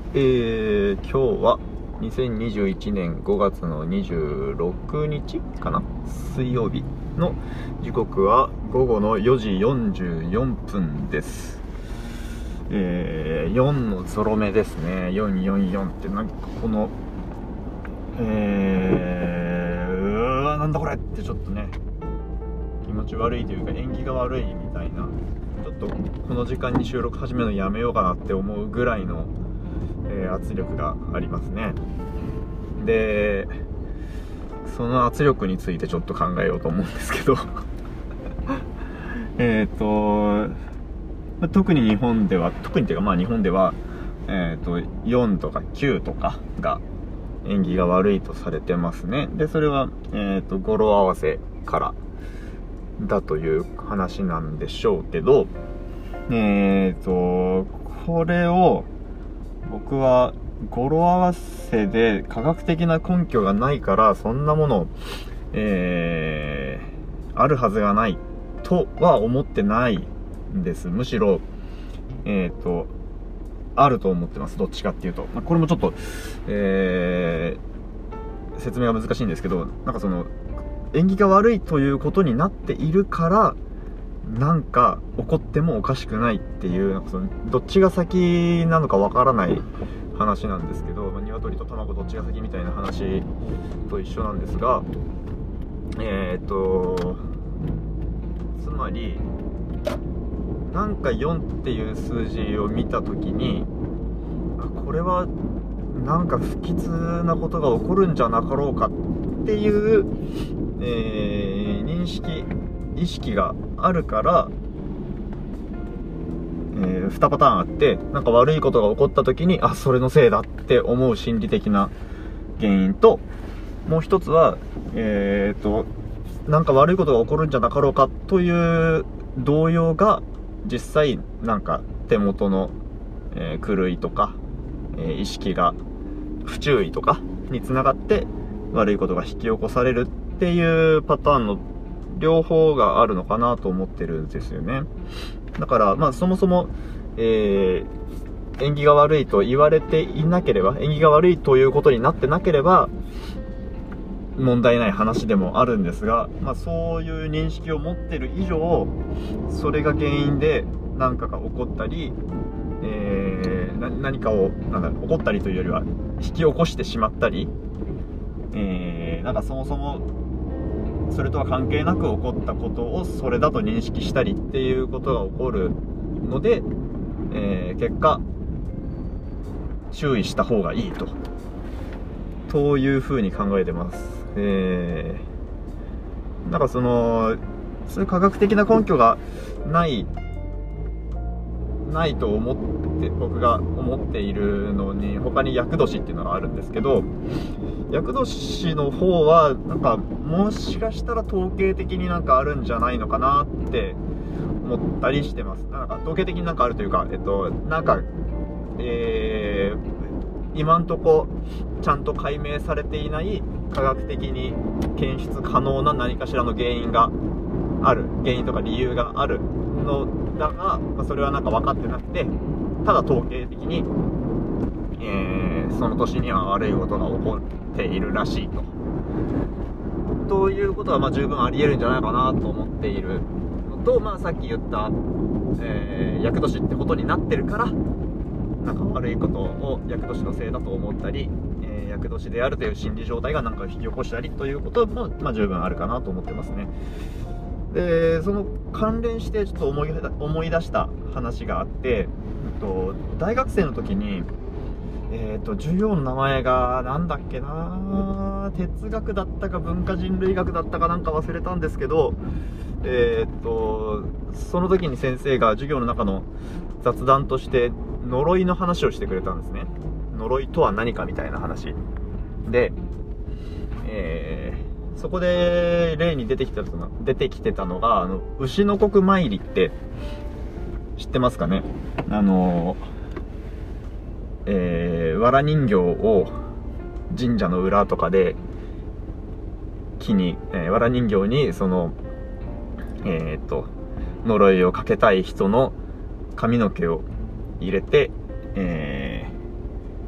今日は2021年5月の26日かな、水曜日の時刻は午後の4時44分です。4のゾロ目ですね。444ってなんかこのなんだこれってちょっとね、気持ち悪いというか縁起が悪いみたいな、ちょっとこの時間に収録始めるのやめようかなって思うぐらいの圧力がありますね。で、その圧力についてちょっと考えようと思うんですけど特に日本では、特にというか日本では、4とか9とかが縁起が悪いとされてますね。で、それは、語呂合わせからだという話なんでしょうけど、これを僕は語呂合わせで科学的な根拠がないからそんなもの、あるはずがないとは思ってないんです。むしろあると思ってます。どっちかっていうと、これもちょっと、説明が難しいんですけど、なんかその縁起が悪いということになっているからなんか起こってもおかしくないっていう、なんかそのどっちが先なのかわからない話なんですけど、鶏と卵どっちが先みたいな話と一緒なんですが、つまりなんか4っていう数字を見たときに、これはなんか不吉なことが起こるんじゃなかろうかっていう、認識意識があるから、2パターンあって、なんか悪いことが起こった時にそれのせいだって思う心理的な原因と、もう一つはなんか悪いことが起こるんじゃなかろうかという動揺が実際なんか手元の、狂いとか、意識が不注意とかにつながって悪いことが引き起こされるっていうパターンの両方があるのかなと思ってるんですよね。だからそもそも、縁起が悪いと言われていなければ、縁起が悪いということになってなければ問題ない話でもあるんですが、そういう認識を持ってる以上、それが原因で何かが起こったり、何かを起こったりというよりは引き起こしてしまったり、なんかそもそもそれとは関係なく起こったことをそれだと認識したりっていうことが起こるので、結果注意した方がいいというふうに考えてます。なんかそういう科学的な根拠がないと僕が思っているのに、他に厄年っていうのがあるんですけど、厄年の方はなんかもしかしたら統計的になんかあるんじゃないのかなって思ったりしてます。なんか統計的になんかあるというか、なんか今んとこちゃんと解明されていない科学的に検出可能な何かしらの原因とか理由があるのだが、それはなんか分かってなくて、ただ統計的に、その年には悪いことが起こっているらしいということは十分あり得るんじゃないかなと思っているのと、さっき言った、厄年ってことになってるから、なんか悪いことを厄年のせいだと思ったり、厄年であるという心理状態がなんか引き起こしたりということも、十分あるかなと思ってますね。で、その関連してちょっと思い出した話があって、大学生の時に、授業の名前がなんだっけな、哲学だったか文化人類学だったかなんか忘れたんですけど、その時に先生が授業の中の雑談として呪いの話をしてくれたんですね。呪いとは何かみたいな話で、そこで例に出てきてたのが牛の国参りって知ってますかね。藁人形を神社の裏とかで藁人形にその呪いをかけたい人の髪の毛を入れて、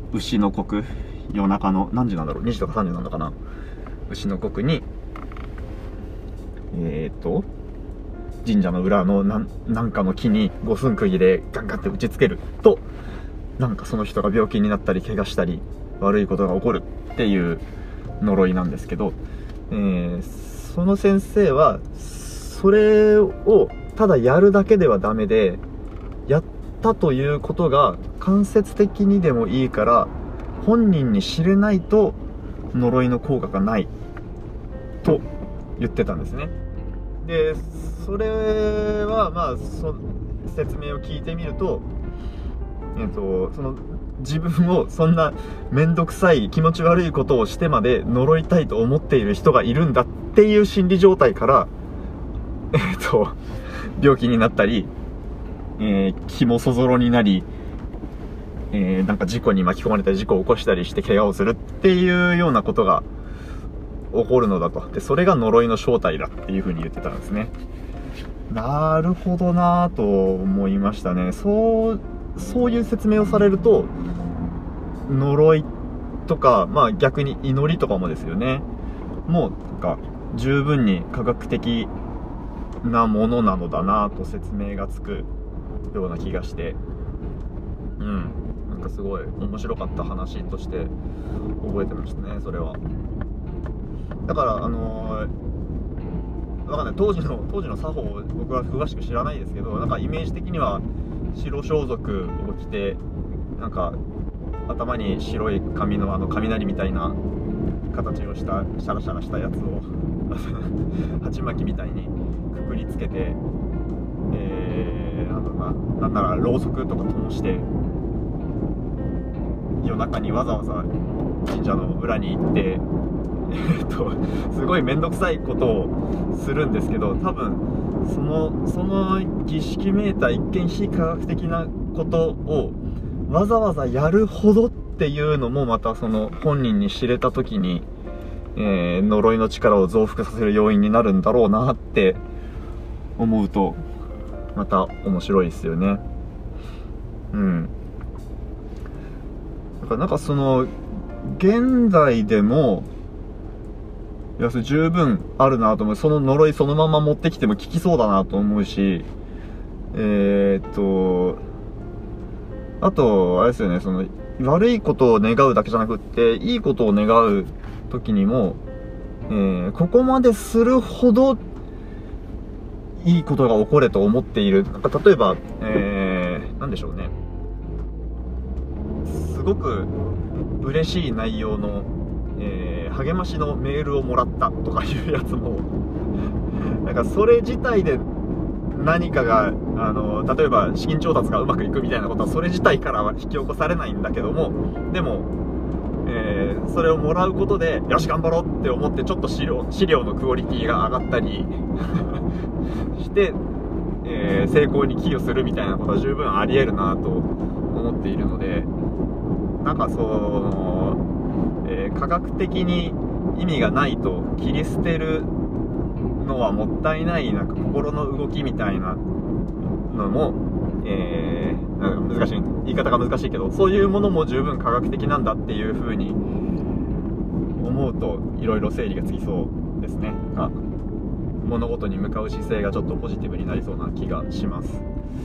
牛の刻、夜中の何時なんだろう、2時とか3時なんだかな、牛の刻に神社の裏のなんかの木に5分釘でガンガンって打ちつけると、なんかその人が病気になったり怪我したり悪いことが起こるっていう呪いなんですけど、その先生はそれをただやるだけではダメで、やったということが間接的にでもいいから本人に知れないと呪いの効果がないと言ってたんですね。でそれはまあ説明を聞いてみると、その自分をそんな面倒くさい気持ち悪いことをしてまで呪いたいと思っている人がいるんだっていう心理状態から病気になったり、気もそぞろになり、なんか事故に巻き込まれたり事故を起こしたりして怪我をするっていうようなことが起こるのだと。でそれが呪いの正体だっていう風に言ってたんですね。なるほどなぁと思いましたね。そういう説明をされると、呪いとか、まあ逆に祈りとかもですよね、もうなんか十分に科学的なものなのだなと説明がつくような気がして、なんかすごい面白かった話として覚えてましたね、それは。だからわかんない、当時の作法を僕は詳しく知らないですけど、なんかイメージ的には白装束を着て、なんか頭に白い髪の雷みたいな形をしたシャラシャラしたやつを鉢巻きみたいにくくりつけて、なんならろうそくとか灯して夜中にわざわざ神社の裏に行ってすごい面倒くさいことをするんですけど、多分その儀式めいた一見非科学的なことをわざわざやるほどっていうのもまたその本人に知れた時に、呪いの力を増幅させる要因になるんだろうなって思うとまた面白いですよね。だからなんかその現代でも十分あるなと思う。その呪いそのまま持ってきても効きそうだなと思うし、あとあれですよね、その悪いことを願うだけじゃなくっていいことを願う時にも、ここまでするほどいいことが起これと思っている。なんか例えば、なんでしょうね、すごく嬉しい内容の励ましのメールをもらったとかいうやつもなんかそれ自体で何かが例えば資金調達がうまくいくみたいなことはそれ自体からは引き起こされないんだけども、でも、それをもらうことでよし頑張ろうって思ってちょっと資料のクオリティが上がったりして、成功に寄与するみたいなことは十分ありえるなと思っているので、なんか科学的に意味がないと切り捨てるのはもったいない、なんか心の動きみたいなのも、なんか難しい言い方が難しいけど、そういうものも十分科学的なんだっていう風に思うといろいろ整理がつきそうですね。物事に向かう姿勢がちょっとポジティブになりそうな気がします。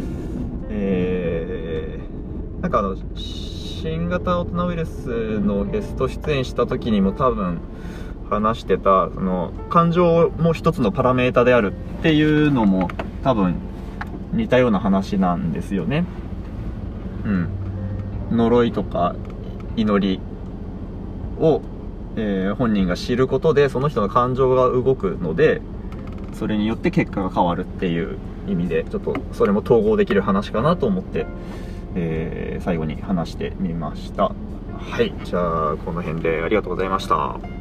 なんか新型オトナウイルスのゲスト出演した時にも多分話してた、その感情も一つのパラメータであるっていうのも多分似たような話なんですよね。呪いとか祈りを、本人が知ることでその人の感情が動くので、それによって結果が変わるっていう意味でちょっとそれも統合できる話かなと思って、最後に話してみました。はい、じゃあこの辺でありがとうございました。